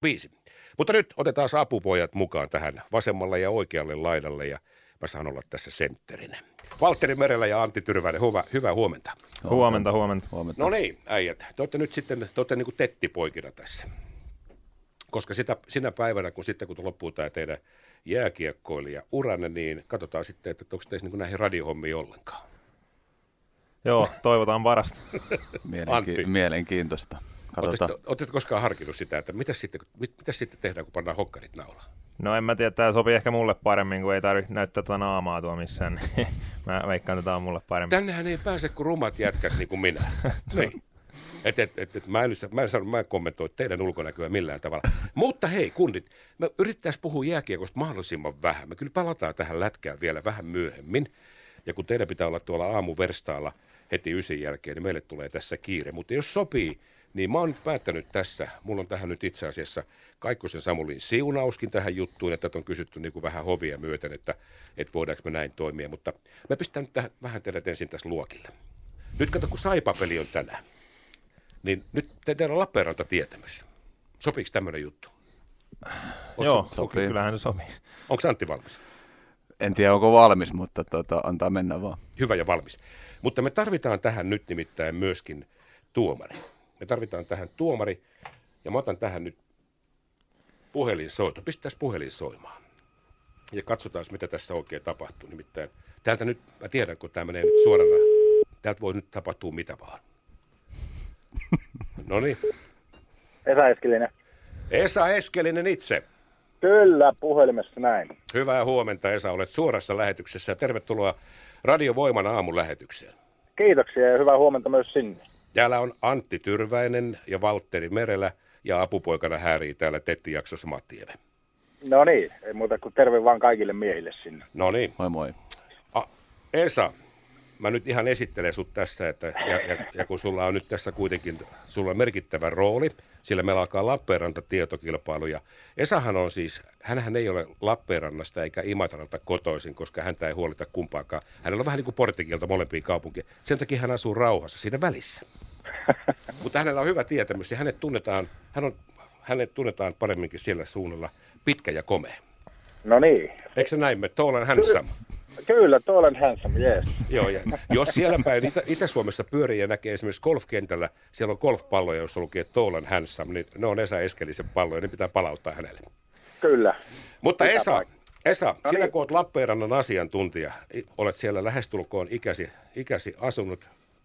5. Mutta nyt otetaan apupojat mukaan tähän vasemmalle ja oikealle laidalle ja mä saan olla tässä sentterinä. Valtteri Merellä ja Antti Tyrväinen, hyvää huomenta. Huomenta. No niin, äijät, te olette nyt sitten, niin kuin tettipoikina tässä. Koska sinä päivänä, kun loppuu tämä teidän jääkiekkoilija-uranne, niin katsotaan sitten, että onko teissä niin näihin radiohommiin ollenkaan. Joo, toivotaan parasta. Mielenkiintoista. Oletteko koskaan harkinnut sitä, että mitä sitten tehdään, kun pannaan hokkarit naulaan? No en mä tiedä, tämä sopii ehkä mulle paremmin, kun ei tarvitse näyttää tuota naamaa tuo missään. Mä veikkaan, että tämä on mulle paremmin. Tännehän ei pääse kuin rumat jätkät niin kuin minä. Niin. Mä en kommentoi teidän ulkonäköä millään tavalla. Mutta hei, kundit, me yrittäisiin puhua jääkiekosta mahdollisimman vähän. Me kyllä palataan tähän lätkään vielä vähän myöhemmin. Ja kun teidän pitää olla tuolla aamuverstaalla heti 9 jälkeen, niin meille tulee tässä kiire. Mutta jos sopii, niin mä oon nyt päättänyt tässä, mulla on tähän nyt itse asiassa Kaikkosen Samulin siunauskin tähän juttuun, että on kysytty niin kuin vähän hovia myöten, että voidaanko me näin toimia. Mutta mä pistän nyt tähän vähän teidät ensin tässä luokille. Nyt kato, kun Saipa-peli on tänään. Niin nyt tehdään Lappeenranta tietämässä. Sopiiko tämmöinen juttu? Joo, sopii. Kyllähän se sopii. Onko Antti valmis? En tiedä, onko valmis, mutta antaa mennä vaan. Hyvä ja valmis. Mutta me tarvitaan tähän nyt nimittäin myöskin tuomari. Me tarvitaan tähän tuomari, ja mä otan tähän nyt puhelinsoito. Pistetään puhelin soimaan. Ja katsotaan, mitä tässä oikein tapahtuu. Nimittäin täältä nyt, mä tiedän, kun tämä menee nyt suorana, täältä voi nyt tapahtua mitä vaan. Noniin. Esa Eskelinen. Esa Eskelinen itse. Kyllä, puhelimessa näin. Hyvää huomenta, Esa. Olet suorassa lähetyksessä ja tervetuloa Radio Voiman aamulähetykseen. Kiitoksia ja hyvää huomenta myös sinne. Täällä on Antti Tyrväinen ja Valtteri Merellä ja apupoikana häärii täällä Tetti-jaksossa Mattieve. No niin, ei muuta kuin terve vaan kaikille miehille sinne. No niin. Moi moi. Esa, mä nyt ihan esittelen sut tässä, ja kun sulla on nyt tässä kuitenkin sulla on merkittävä rooli, sillä meillä alkaa Lappeenranta-tietokilpailu, ja Esahan on siis, hänhän ei ole Lappeenrannasta eikä Imatralta kotoisin, koska häntä ei huolita kumpaakaan. Hänellä on vähän niin kuin porttikielto molempiin kaupunkiin. Sen takia hän asuu rauhassa siinä välissä. Mutta hänellä on hyvä tietämys, ja hänet tunnetaan paremminkin siellä suunnalla pitkä ja komea. No niin. Eikö se näin me? Tall and handsome. Kyllä, tall and handsome, yes. Joo, ja jos siellä päin Itä-Suomessa pyörii ja näkee esimerkiksi golfkentällä, siellä on golfpalloja, jossa lukee tall and handsome, niin ne on Esa Eskelisen palloja, ne pitää palauttaa hänelle. Kyllä. Mutta Esa, no sinä kun olet Lappeenrannan asiantuntija, olet siellä lähestulkoon ikäsi asunut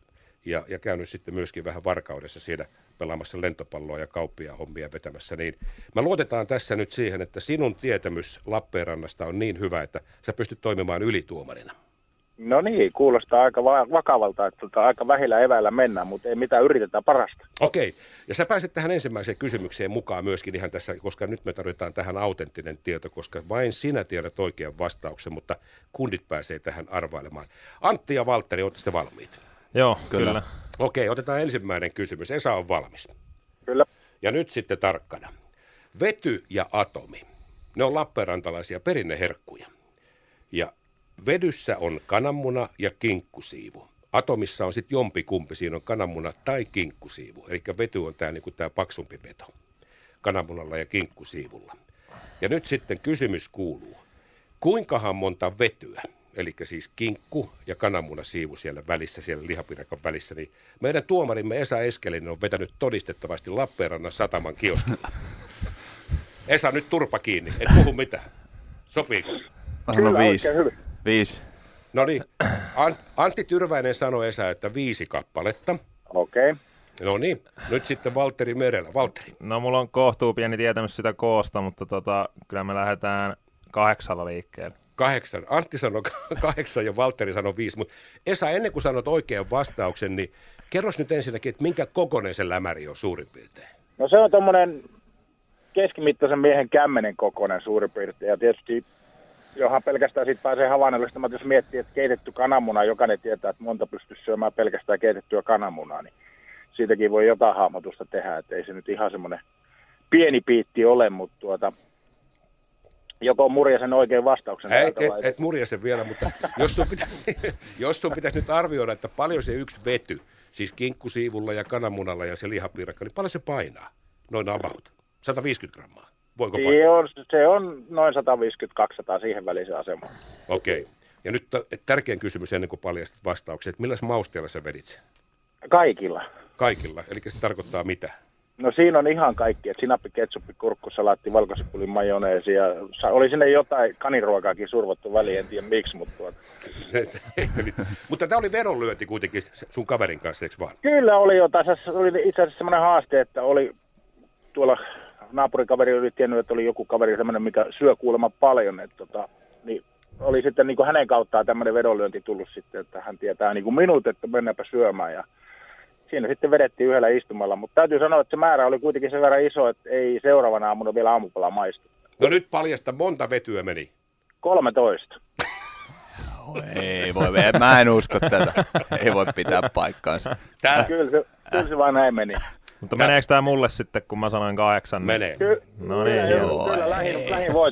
ja käynyt sitten myöskin vähän Varkaudessa siinä pelaamassa lentopalloa ja kauppia hommia vetämässä, niin me luotetaan tässä nyt siihen, että sinun tietämys Lappeenrannasta on niin hyvä, että sä pystyt toimimaan ylituomarina. No niin, kuulostaa aika vakavalta, että aika vähillä eväillä mennään, mutta ei mitään, yritetään parasta. Okei, ja sä pääset tähän ensimmäiseen kysymykseen mukaan myöskin ihan tässä, koska nyt me tarvitaan tähän autenttinen tieto, koska vain sinä tiedät oikean vastauksen, mutta kundit pääsee tähän arvailemaan. Antti ja Valtteri, ootte sitten valmiit? Joo, kyllä. Okei, otetaan ensimmäinen kysymys. Esa on valmis. Kyllä. Ja nyt sitten tarkkana. Vety ja atomi. Ne on lappeenrantalaisia perinneherkkuja. Ja vedyssä on kananmuna ja kinkkusiivu. Atomissa on sitten jompikumpi. Siinä on kananmuna tai kinkkusiivu. Eli vety on tämä niinku paksumpi veto. Kananmunalla ja kinkkusiivulla. Ja nyt sitten kysymys kuuluu. Kuinkahan monta vetyä? Eli siis kinkku ja kananmunasiivu siellä välissä, siellä lihapirakan välissä, niin meidän tuomarimme Esa Eskelinen on vetänyt todistettavasti Lappeenrannan sataman kioskilla. Esa, nyt turpa kiinni, et puhu mitään. Sopiiko? Kyllä, 5. oikein hyvin. 5. No niin, Antti Tyrväinen sanoi Esa, että 5 kappaletta. Okei. No niin, nyt sitten Valtteri Merellä. Valtteri. No mulla on kohtuu pieni tietämys sitä koosta, mutta kyllä me lähdetään 8 liikkeelle. 8. Antti sanoi 8 ja Valtteri sanoi 5. Mutta Esa, ennen kuin sanot oikean vastauksen, niin kerros nyt ensinnäkin, että minkä kokoinen se lämäri on suurin piirtein? No se on tommonen keskimittaisen miehen kämmenen kokoinen suurin piirtein. Ja tietysti johan pelkästään siitä pääsee havainnollistamaan, jos miettii, että keitetty kananmuna, jokainen tietää, että monta pystyy syömään pelkästään keitettyä kananmunaa, niin siitäkin voi jotain hahmotusta tehdä, että ei se nyt ihan semmoinen pieni piitti ole, mutta joko Murjasen oikein vastauksen? Et Murjasen vielä, mutta jos sun pitäisi nyt arvioida, että paljon se yksi vety, siis kinkkusiivulla ja kananmunalla ja se lihapiirakka, niin paljon se painaa? Noin about. 150 grammaa. Voiko Se on noin 150-200 siihen väliseen asemaan. Okei. Ja nyt tärkein kysymys ennen kuin paljastat vastauksen, että milläs mausteella sä vedit sen? Kaikilla. Kaikilla, eli se tarkoittaa mitä? No siinä on ihan kaikki, että sinappi, ketsuppi, kurkku, salaatti, valkosipulin, majoneesi ja oli sinne jotain kaniruokaakin survottu väliin, en tiedä miksi, mutta Mutta tämä oli vedonlyönti kuitenkin sun kaverin kanssa, eikö vaan? Kyllä oli jo, oli itse asiassa semmoinen haaste, että oli tuolla naapurikaveri oli tiennyt, että oli joku kaveri semmoinen, mikä syö kuulemma paljon, että niin oli sitten niin kuin hänen kauttaan tämmöinen vedonlyönti tullut sitten, että hän tietää niin kuin minut, että mennäänpä syömään ja siinä sitten vedettiin yhdellä istumalla, mutta täytyy sanoa, että se määrä oli kuitenkin sen verran iso, että ei seuraavana aamuna vielä aamupala maistu. No nyt paljasta, monta vetyä meni? 13. Ei voi, mä en usko tätä. Ei voi pitää paikkaansa. Kyllä se vaan näin meni. Mutta meneekö tämä mulle sitten, kun mä sanoin 8? Menee. No niin, joo. Kyllä, lähin voit.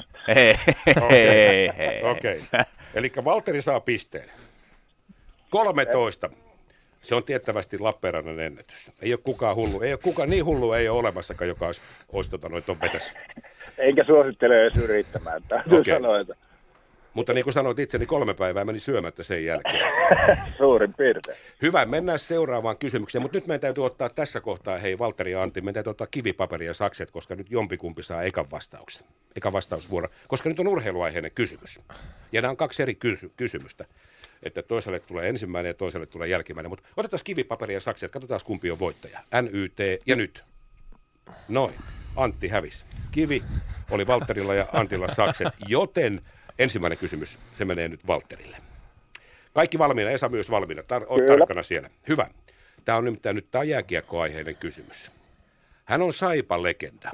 Okei. Eli Valtteri saa pisteen. 13. Se on tiettävästi Lappeenrannan ennätys. Ei ole kukaan hullu. Ei ole kukaan niin hullu ei ole olemassakaan, joka olisi ton vetässä. Enkä suosittele edes yrittämään. Sanoa, että Mutta niin kuin sanoit itse, niin 3 päivää meni syömättä sen jälkeen. suurin piirtein. Hyvä, mennään seuraavaan kysymykseen, mutta nyt meidän täytyy ottaa tässä kohtaa, hei Valtteri ja Antti, meidän täytyy ottaa kivipaperi ja sakset, koska nyt jompikumpi saa ekan vastauksen. Eka vastausvuoro, koska nyt on urheiluaiheinen kysymys. Ja nämä on 2 eri kysymystä, että toiselle tulee ensimmäinen ja toiselle tulee jälkimmäinen, mutta otetaan kivipaperi ja sakset, katsotaan kumpi on voittaja. NYT ja nyt. Noin, Antti hävisi. Kivi oli Valtterilla ja Antilla sakset, joten ensimmäinen kysymys, se menee nyt Valtterille. Kaikki valmiina, Esa myös valmiina. Oot tarkkana siellä. Hyvä. Tämä on nimittäin nyt jääkiekkoaiheinen kysymys. Hän on Saipa-legenda.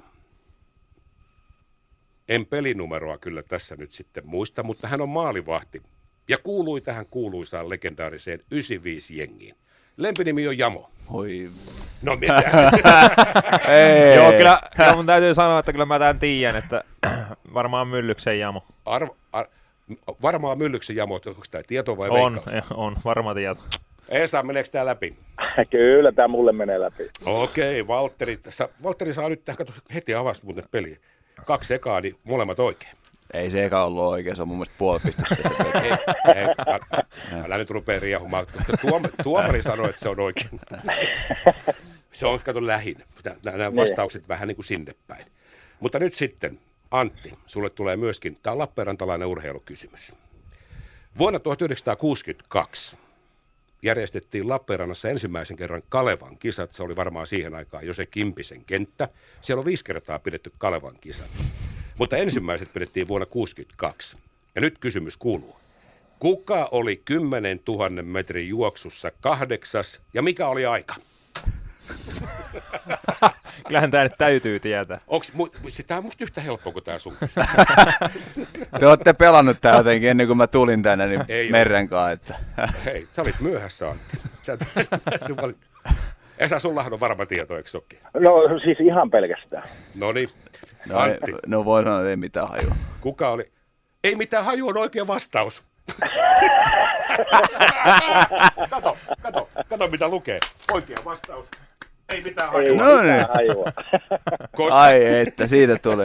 En pelinumeroa kyllä tässä nyt sitten muista, mutta hän on maalivahti ja kuului tähän kuuluisaan legendaariseen 95-jengiin. Lempinimi on Jamo. Oi. No mitä? Joo, kyllä mun täytyy sanoa, että kyllä mä tämän tiedän, että varmaan Myllyksen Jamo. Varmaan Myllyksen Jamo, onko tämä tieto vai veikkaus? On, varma tieto. Esa, meneekö tämä läpi? Kyllä tämä mulle menee läpi. Okei, Valtteri saa nyt heti avasta muuten peliä. 2 ekaa, niin molemmat oikein. Ei se eka ollut oikein, se on mun mielestä puoli pistettä. Älä nyt rupea riehumaan. Tuomari sanoi, että se on oikein. Se on, kato, lähinnä. Nämä vastaukset vähän niin kuin sinne päin. Mutta nyt sitten, Antti, sulle tulee myöskin, tämä on lappeenrantalainen urheilukysymys. Vuonna 1962 järjestettiin Lappeenrannassa ensimmäisen kerran Kalevan kisat. Se oli varmaan siihen aikaan jo se Kimpisen kenttä. Siellä on 5 kertaa pidetty Kalevan kisat. Mutta ensimmäiset pidettiin vuonna 1962. Ja nyt kysymys kuuluu. Kuka oli 10 000 metrin juoksussa 8. ja mikä oli aika? Kyllähän tämä nyt täytyy tietää. Tämä on musta yhtä helppoa kuin tämä sun. Te olette pelannut tää jotenkin ennen kuin mä tulin tänne niin merrenkaan. Että. Hei, sä olit myöhässä, Antti. Esa, sullahan on varma tieto, eikö sokin? No siis ihan pelkästään. Noniin. Antti. No voi sanoa, että ei mitään hajua. Kuka oli? Ei mitään hajua, on oikea vastaus. Kato mitä lukee. Oikea vastaus. Ei mitään hajua. No niin. Ai että, siitä tuli.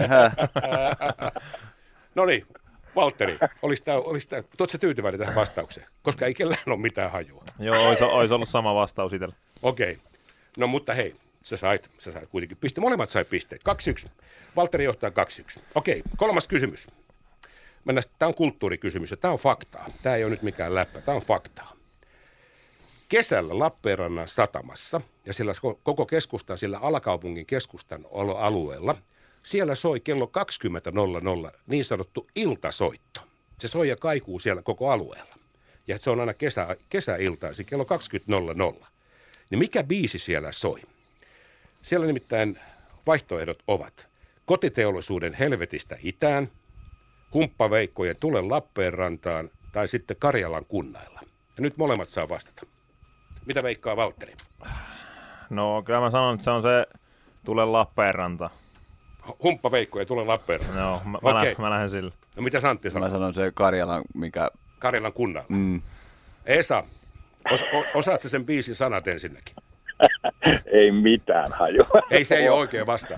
No niin, Valtteri, oletko sä tyytyväinen tähän vastaukseen? Koska ei kellään ole mitään hajua. Joo, olisi ollut sama vastaus itsellä. Okei. No mutta hei, sä sait kuitenkin piste. Molemmat sai pisteet. 2-1. Valtteri johtaa 2-1. Okei, 3. kysymys. Tämä on kulttuurikysymys ja tämä on faktaa. Tämä ei ole nyt mikään läppä, tämä on faktaa. Kesällä Lappeenrannan satamassa ja sillä koko keskustan, sillä alakaupungin keskustan alueella, siellä soi kello 20.00 niin sanottu iltasoitto. Se soi ja kaikuu siellä koko alueella. Ja se on aina kesäiltaisin kello 20.00. Niin mikä biisi siellä soi? Siellä nimittäin vaihtoehdot ovat Kotiteollisuuden Helvetistä itään, Humppaveikkojen Tule Lappeenrantaan tai sitten Karjalan kunnailla. Ja nyt molemmat saa vastata. Mitä veikkaa Valtteri? No kyllä mä sanon, että se on se Tule Lappeenranta. Humppaveikkojen Tule Lappeenrantaan. Joo, mä lähden sille. No mitä Santti sanoo? Mä sanon se Karjalan, mikä... Karjalan kunnalla. Esa, osaatko sen biisin sanat ensinnäkin? Ei mitään hajua. Ei, se ei ole oikea vastaus.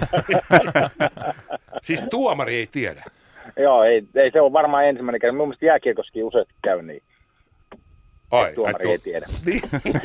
Siis tuomari ei tiedä. Joo, ei se ole varmaan ensimmäinen kerta. Mun mielestä jääkiekossakin useasti käy niin. Tuomari ei tiedä. Niin.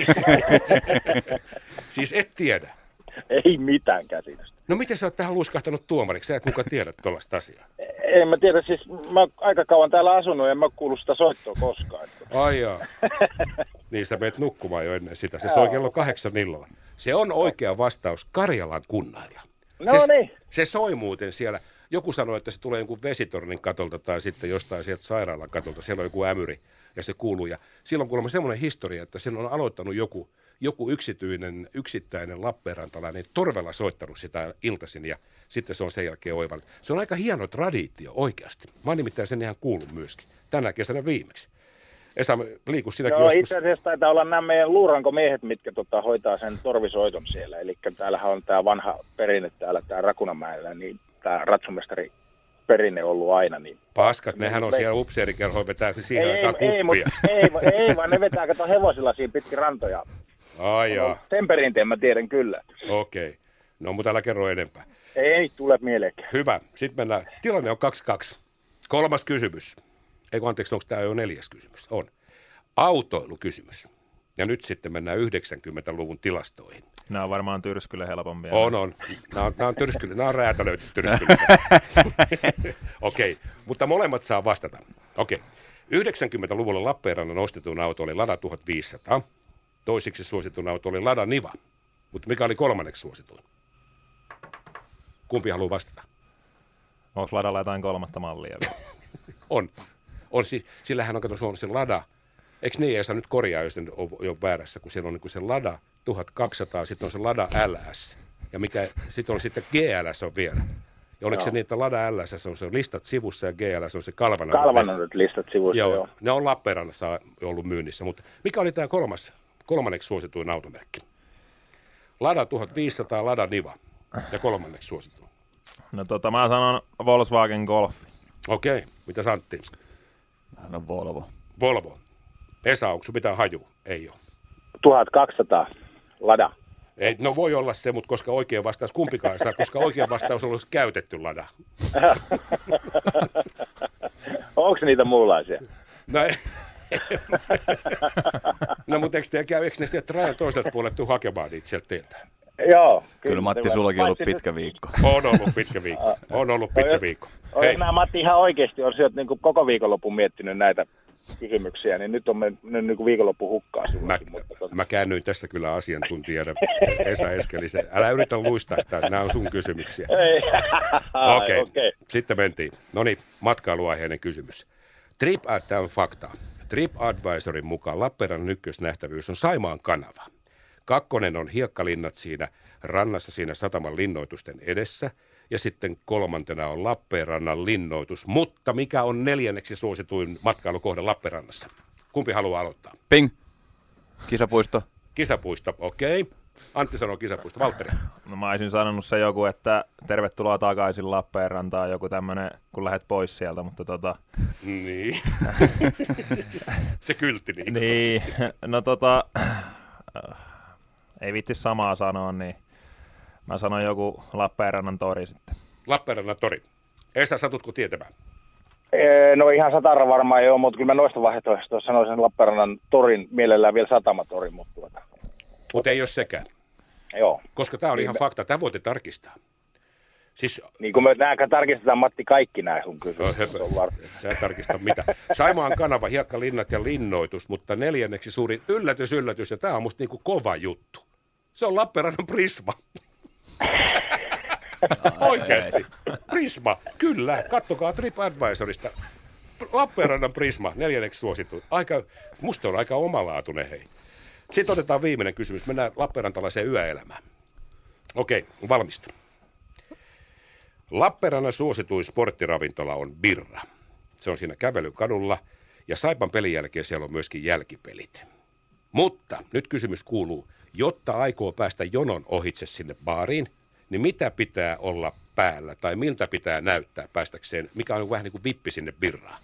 Siis et tiedä. Ei mitään käsitystä. No miten sä oot tähän luiskahtanut tuomariksi? Sä et muka tiedä tuollaista asiaa. En mä tiedä, siis mä oon aika kauan täällä asunut ja en mä kuullut sitä soittoa koskaan. Ai jaa. Niin sä meet nukkumaan jo ennen sitä. Se soi kello 8 illalla. Se on oikea vastaus Karjalan kunnailla. No niin. Se soi muuten siellä. Joku sanoi, että se tulee jonkun vesitornin katolta tai sitten jostain sieltä sairaalan katolta. Siellä on joku ämyri ja se kuuluu. Ja silloin kuulemma semmoinen historia, että sen on aloittanut joku yksittäinen lappeenrantalainen torvella soittanut sitä iltaisin ja sitten se on sen jälkeen oivallinen. Se on aika hieno traditio oikeasti. Mä oon nimittäin sen ihan kuullut myöskin. Tänä kesänä viimeksi. Esa, liiku sinäkin joskus. Itse asiassa taitaa olla nämä meidän luurankomiehet, mitkä hoitaa sen torvisoiton siellä. Eli täällähän on tämä vanha perinne täällä, tämä Rakunamäellä, niin tämä ratsumestari perinne ollut aina. Niin paskat, nehän on siellä upseerikerhoja vetää siihen aikaan kuppia. Ei, vaan ne vetää kato hevosilla siinä pitkin rantoja. Ai jaa. Sen perinteen mä tiedän kyllä. Okei. No, mutta älä kerro enempää. Ei tule mieleenkään. Hyvä. Sitten mennään. Tilanne on 2-2. 3. kysymys. Eikö anteeksi, onko tämä jo 4. kysymys? On. Autoilukysymys. Ja nyt sitten mennään 90-luvun tilastoihin. Nämä on varmaan Tyrskylle helpompia. On. Nämä on räätälöity Tyrskylle. Okei, mutta molemmat saa vastata. Okei. 90-luvulla Lappeenrannan ostetun auto oli Lada 1500. Toisiksi suositun auto oli Lada Niva. Mutta mikä oli 3. suosituin? Kumpi haluaa vastata? Onko Ladalla jotain 3. mallia vielä? On siis, sillähän on se Lada. Eikö niin, Esa nyt korjaa, jos on väärässä, kun siellä on niin se Lada 1200, sitten on se Lada LS. Ja sitten on sitten GLS on vielä. Ja oliko se niin, että Lada LS on se listat sivussa ja GLS on se kalvanut listat sivussa, joo. Ne on Lappeenrannassa ollut myynnissä, mutta mikä oli tämä 3. suosituin automerkki? Lada 1500, Lada Niva ja 3. suosituin. No mä sanon Volkswagen Golf. Okei, mitä Santti? Mä sanon Volvo. Volvo. Esa, onko sun mitään hajua? Ei ole. 1200, Lada. Ei, no voi olla se, mutta koska oikea vastaus, kumpikaan saa, koska oikea vastaus olisi käytetty Lada. Onko niitä muunlaisia? No mutta eikö ne sieltä rajan toiselta puolelle tule hakemaan niitä sieltä teiltä? Joo. Kyllä Matti, sullakin on ollut pitkä viikko. On ollut pitkä viikko. Hei. Nämä Matti ihan oikeasti on sieltä niin koko viikonlopun miettinyt näitä kysymyksiä, niin nyt on mennyt niin viikonloppu hukkaan. Mä käännyin tässä kyllä asiantuntijana Esa Eskelisen. Älä yritä luistahtaa, nämä on sun kysymyksiä. Okei. Sitten mentiin. No niin, matkailuaiheinen kysymys. Tämä on fakta. TripAdvisorin mukaan Lappeenrannan ykkösnähtävyys on Saimaan kanava. 2. on hiekkalinnat siinä rannassa siinä sataman linnoitusten edessä. Ja sitten 3. on Lappeenrannan linnoitus. Mutta mikä on 4. suosituin matkailukohde Lappeenrannassa? Kumpi haluaa aloittaa? Ping. Kisapuisto. Kisapuisto, okei. Antti sanoo kisapuisto. Valtteri. No mä olisin sanonut se joku, että tervetuloa takaisin Lappeenrantaan, joku tämmönen, kun lähdet pois sieltä, mutta Niin. Se kyltti niin. Niin, no ei viitsi samaa sanoa, niin mä sanon joku Lappeenrannan tori sitten. Lappeenrannan tori. Esa, satutko tietämään? No ihan satara varmaan ei ole, mutta kyllä mä noista vaihtoehtoista sanoisin Lappeenrannan torin, mielellään vielä satamatori, mutta Mutta ei ole sekään. Joo. Koska tämä on ihan fakta, tämä voitte tarkistaa. Siis, niin kuin me tarkistetaan, Matti, kaikki nämä sun kysymykset. Sä tarkista mitä. Saimaan kanava, hiekkalinnat ja linnoitus, mutta 4. suurin yllätys, ja tämä on musta niinku kova juttu. Se on Lappeenrannan Prisma. Oikeasti. Prisma, kyllä. Kattokaa TripAdvisorista. Lappeenrannan Prisma, 4. suosittu. Musta on aika omalaatuinen, hei. Sitten otetaan viimeinen kysymys. Mennään Lappeenrantalaiseen yöelämään. Okei, valmista. Lappeenrannan suosituin sporttiravintola on Birra. Se on siinä kävelykadulla. Ja Saipan pelin jälkeen siellä on myöskin jälkipelit. Mutta nyt kysymys kuuluu, jotta aikoo päästä jonon ohitse sinne baariin, niin mitä pitää olla päällä tai miltä pitää näyttää päästäkseen, mikä on vähän niin kuin vippi sinne Birraan?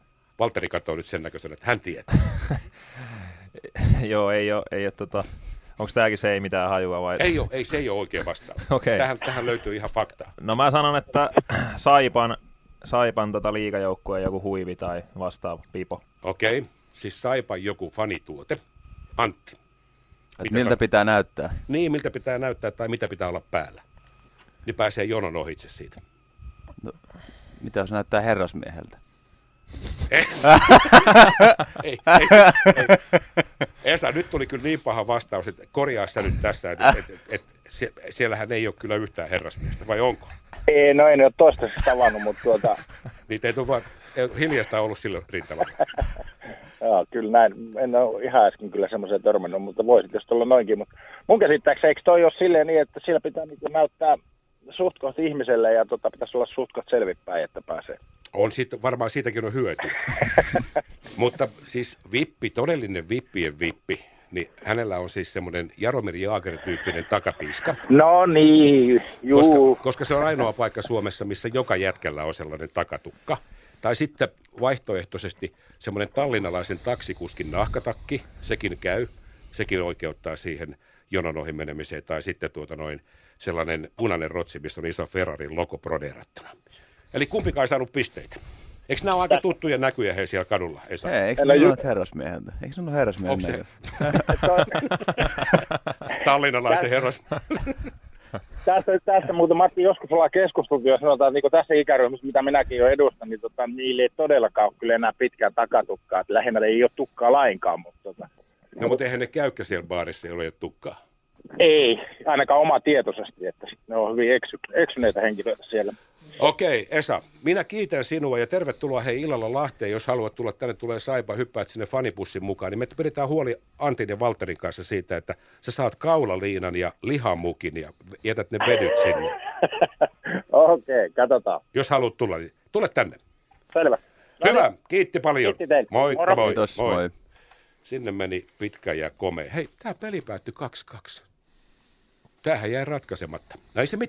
Valtteri katsoo nyt sen näköisen, että hän tietää. Joo, ei ole Onko tämäkin se ei mitään hajua vai? Ei, se ei ole oikea vastaus. Okei. Tähän löytyy ihan faktaa. No mä sanon, että Saipan liigajoukkue joku huivi tai vastaava pipo. Okei, siis Saipan joku fanituote. Antti. Miltä pitää näyttää? Niin, miltä pitää näyttää tai mitä pitää olla päällä. Niin pääsee jonon ohitse siitä. No, mitä jos näyttää herrasmieheltä? Ei. Esa, nyt tuli kyllä niin paha vastaus, että korjaa sä nyt tässä, että siellähän ei ole kyllä yhtään herrasmiestä, vai onko? Ei, no en ole toistaiseksi tavannut, mutta Niitä ei tule vaan hiljasta ollut silloin rintamalla. Joo, kyllä näin. En ole ihan äsken kyllä semmoiseen törmännyt, mutta voisi tietysti olla noinkin. Mutta mun käsittääkseni eikö toi ole silleen niin, että sillä pitää niin näyttää suht kohti ihmiselle ja pitäisi olla suht kohti selvipäin, että pääsee. Varmaan siitäkin on hyötyä. Mutta siis vippi, todellinen vippien vippi, niin hänellä on siis semmoinen Jaromir Jaager-tyyppinen takapiiska. No niin, juu. Koska se on ainoa paikka Suomessa, missä joka jätkällä on sellainen takatukka. Tai sitten vaihtoehtoisesti semmoinen tallinnalaisen taksikuskin nahkatakki, sekin käy, sekin oikeuttaa siihen jonon ohi menemiseen. Tai sitten sellainen punainen rotsi, missä on iso Ferrarin logo brodeerattuna. Eli kumpikaan ei saanut pisteitä. Eikö nämä ole aika tuttuja näkyjä he siellä kadulla, Esa? Ei, eikö ne ole herrasmieheltä? Eikö ne ole herrasmieheltä? Onko se? Tallinnalaisen herrasmiehen. Tästä muuten Matti joskus ollaan keskusteltu, jos sanotaan, että niin tässä ikäryhmässä, mitä minäkin jo edustan, niin niille ei todellakaan ole kyllä enää pitkään takatukkaa. Että lähinnä ei ole tukkaa lainkaan. Mutta No, mutta eihän ne käykkä siellä baarissa, ei ole tukkaa. Ei, ainakaan omatietoisesti, että ne on hyvin eksyneitä henkilöitä siellä. Okei, Esa, minä kiitän sinua ja tervetuloa hei illalla Lahteen. Jos haluat tulla tänne, tulee Saipa, hyppäät sinne fanipussin mukaan, niin me pidetään huoli Antin ja Valterin kanssa siitä, että sä saat kaulaliinan ja lihamukin ja jätät ne vedyt sinne. Okei, katsotaan. Jos haluat tulla, niin tule tänne. Selvä. Hyvä, kiitti paljon. Kiitti teille. Moikka, moi. Kiitos, moi. Sinne meni pitkä ja komea. Hei, tämä peli päättyi 2-2. Tämähän jäi ratkaisematta. No ei se mitään.